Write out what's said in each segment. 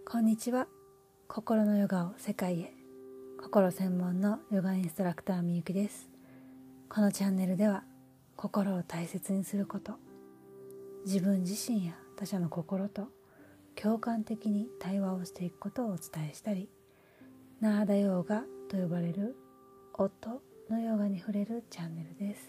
こんにちは。心のヨガを世界へ。心専門のヨガインストラクターみゆきです。このチャンネルでは心を大切にすること、自分自身や他者の心と共感的に対話をしていくことをお伝えしたり、ナーダヨーガと呼ばれる音のヨガに触れるチャンネルです。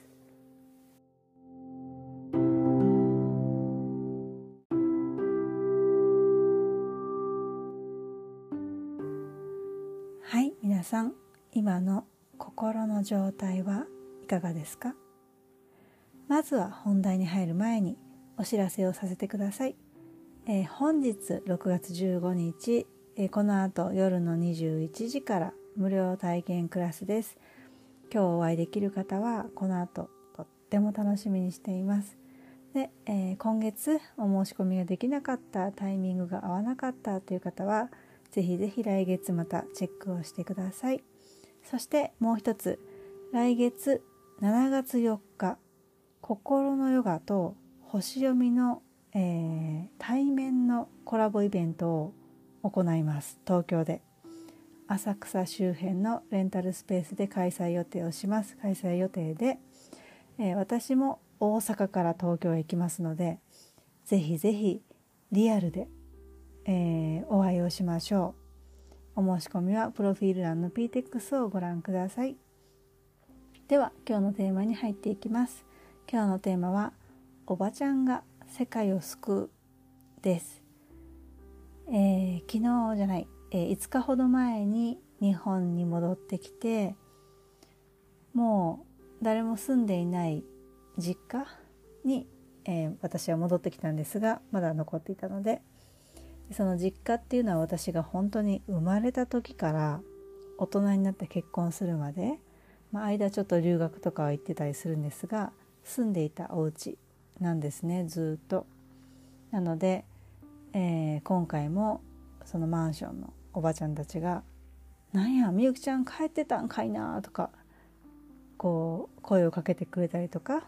はい、皆さん、今の心の状態はいかがですか？まずは本題に入る前にお知らせをさせてください。本日6月15日、この後夜の21時から無料体験クラスです。今日お会いできる方はこの後とっても楽しみにしています。で、今月お申し込みができなかった、タイミングが合わなかったという方はぜひぜひ来月またチェックをしてください。そしてもう一つ、来月7月4日心のヨガと星読みの、対面のコラボイベントを行います。東京で浅草周辺のレンタルスペースで開催予定をします。開催予定で、私も大阪から東京へ行きますので、ぜひぜひリアルでお会いをしましょう。お申し込みはプロフィール欄の PTX をご覧ください。では今日のテーマに入っていきます。今日のテーマはおばちゃんが世界を救うです。昨日じゃない、5日ほど前に日本に戻ってきて、もう誰も住んでいない実家に、私は戻ってきたんですが、まだ残っていたので、その実家っていうのは私が本当に生まれた時から大人になって結婚するまで、間ちょっと留学とかは行ってたりするんですが、住んでいたお家なんですね、ずっと。なので、今回もそのマンションのおばちゃんたちがなんやみゆきちゃん帰ってたんかいなとかこう声をかけてくれたりとか、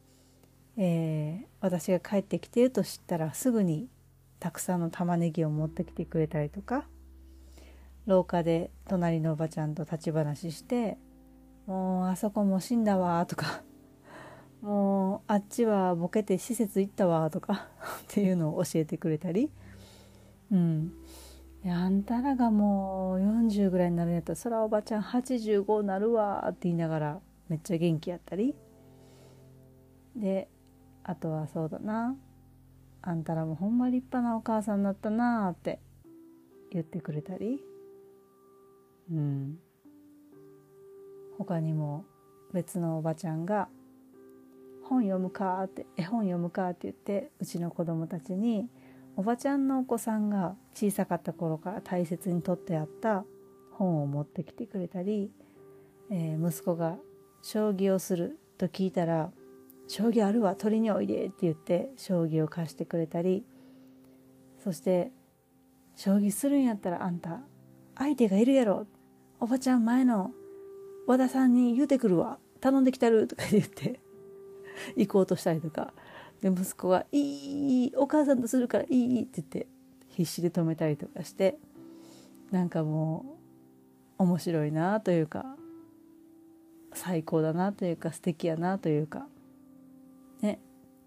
私が帰ってきていると知ったらすぐにたくさんの玉ねぎを持ってきてくれたりとか、廊下で隣のおばちゃんと立ち話して、もうあそこも死んだわとか、もうあっちはボケて施設行ったわとかっていうのを教えてくれたり、あんたらがもう40ぐらいになるんやったらそらおばちゃん85になるわって言いながらめっちゃ元気やったりで、あとはそうだな、あんたらもほんま立派なお母さんになったなって言ってくれたり、他にも別のおばちゃんが本読むかって、絵本読むかって言って、うちの子供たちにおばちゃんのお子さんが小さかった頃から大切に取ってあった本を持ってきてくれたり、息子が将棋をすると聞いたら、将棋あるわ取りにおいでって言って将棋を貸してくれたり、そして将棋するんやったらあんた相手がいるやろ、おばちゃん前の和田さんに言うてくるわ、頼んできたるとか言って行こうとしたりとかで、息子がいいお母さんとするからいいって言って必死で止めたりとかして、なんかもう面白いなというか、最高だなというか、素敵やなというかね、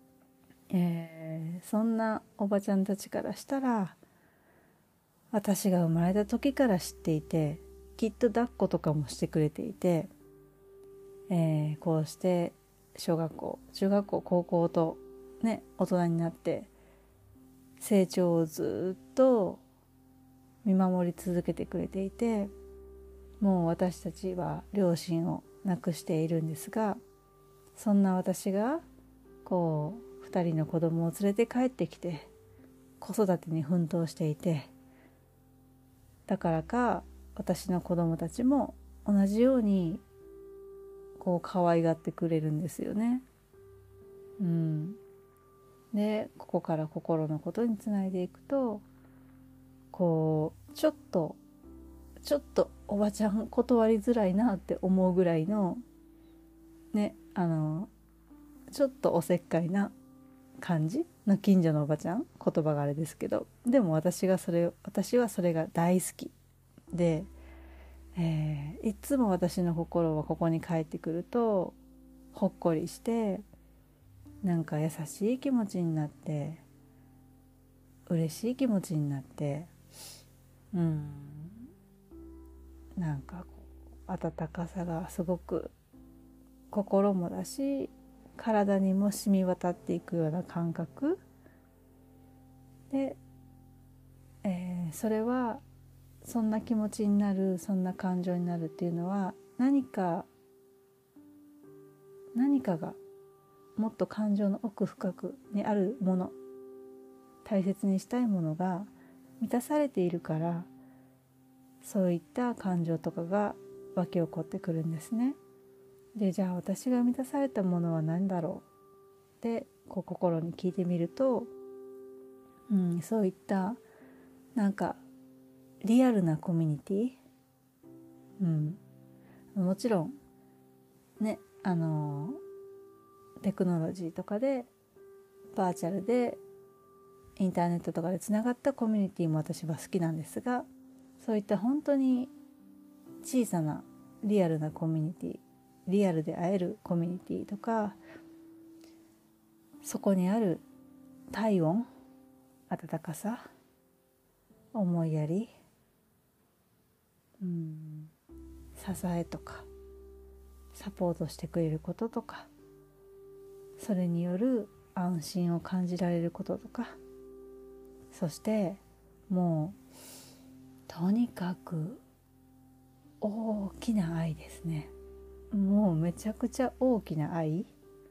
そんなおばちゃんたちからしたら、私が生まれた時から知っていて、きっと抱っことかもしてくれていて、こうして小学校、中学校、高校とね、大人になって成長をずっと見守り続けてくれていて、もう私たちは両親を亡くしているんですが、そんな私がこう2人の子供を連れて帰ってきて子育てに奮闘していて、だからか私の子供たちも同じようにこう可愛がってくれるんですよね。で、ここから心のことにつないでいくと、こうちょっとおばちゃん断りづらいなって思うぐらいのね、ちょっとおせっかいな感じの近所のおばちゃん、言葉があれですけど、でも私はそれが大好きで、いつも私の心はここに帰ってくるとほっこりして、なんか優しい気持ちになって、嬉しい気持ちになって、なんかこう温かさがすごく心もだし体にも染み渡っていくような感覚で、それはそんな気持ちになる、そんな感情になるっていうのは何かがもっと感情の奥深くにあるもの、大切にしたいものが満たされているから、そういった感情とかが湧き起こってくるんですね。で、じゃあ私が満たされたものは何だろうってこう心に聞いてみると、そういったなんかリアルなコミュニティ、もちろんね、テクノロジーとかでバーチャルでインターネットとかでつながったコミュニティも私は好きなんですが、そういった本当に小さなリアルなコミュニティ、リアルで会えるコミュニティとか、そこにある体温、温かさ、思いやり、支えとかサポートしてくれることとか、それによる安心を感じられることとか、そしてもうとにかく大きな愛ですね。もうめちゃくちゃ大きな愛。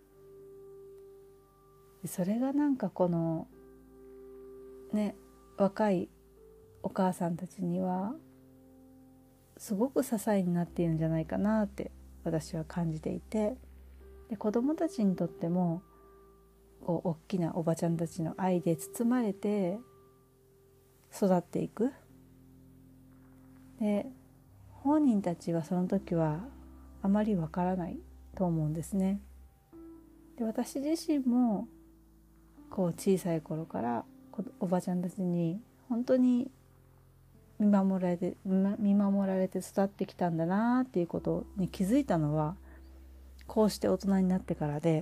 それがなんかこのね、若いお母さんたちにはすごく支えになっているんじゃないかなって私は感じていて、で子供たちにとってもこう大きなおばちゃんたちの愛で包まれて育っていく。で本人たちはその時はあまりわからないと思うんですね。で私自身もこう小さい頃からおばちゃんたちに本当に見守られて育ってきたんだなっていうことに気づいたのはこうして大人になってからで、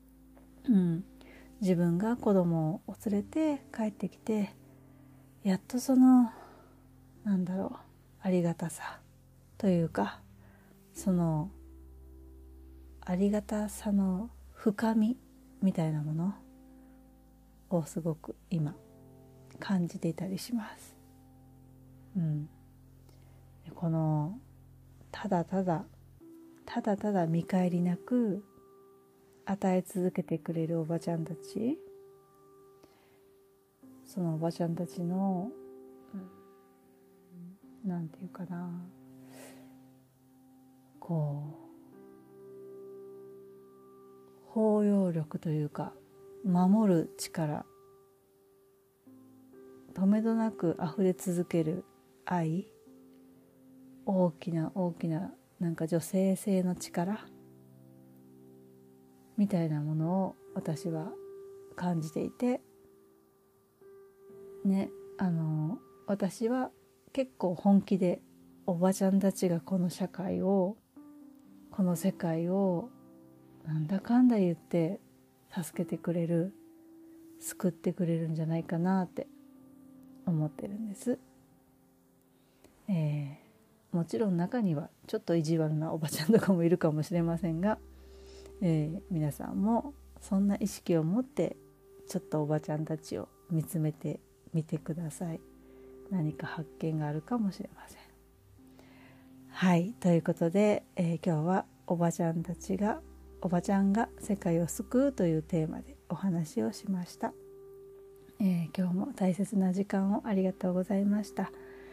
自分が子供を連れて帰ってきて、やっとそのありがたさというか、そのありがたさの深みみたいなものをすごく今感じていたりします。このただただ見返りなく与え続けてくれるおばちゃんたち、そのおばちゃんたちの、なんていうかな、こう包容力というか、守る力、止めどなく溢れ続ける愛、大きななんか女性性の力みたいなものを私は感じていてね、私は結構本気でおばちゃんたちがこの社会を、この世界をなんだかんだ言って助けてくれる、救ってくれるんじゃないかなって思ってるんです。もちろん中にはちょっと意地悪なおばちゃんとかもいるかもしれませんが、皆さんもそんな意識を持ってちょっとおばちゃんたちを見つめてみてください。何か発見があるかもしれません。はい、ということで、今日はおばちゃんが世界を救うというテーマでお話をしました。今日も大切な時間をありがとうございました。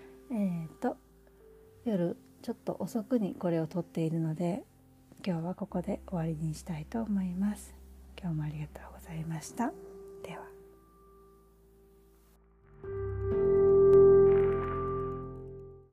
夜ちょっと遅くにこれを撮っているので、今日はここで終わりにしたいと思います。今日もありがとうございました。では。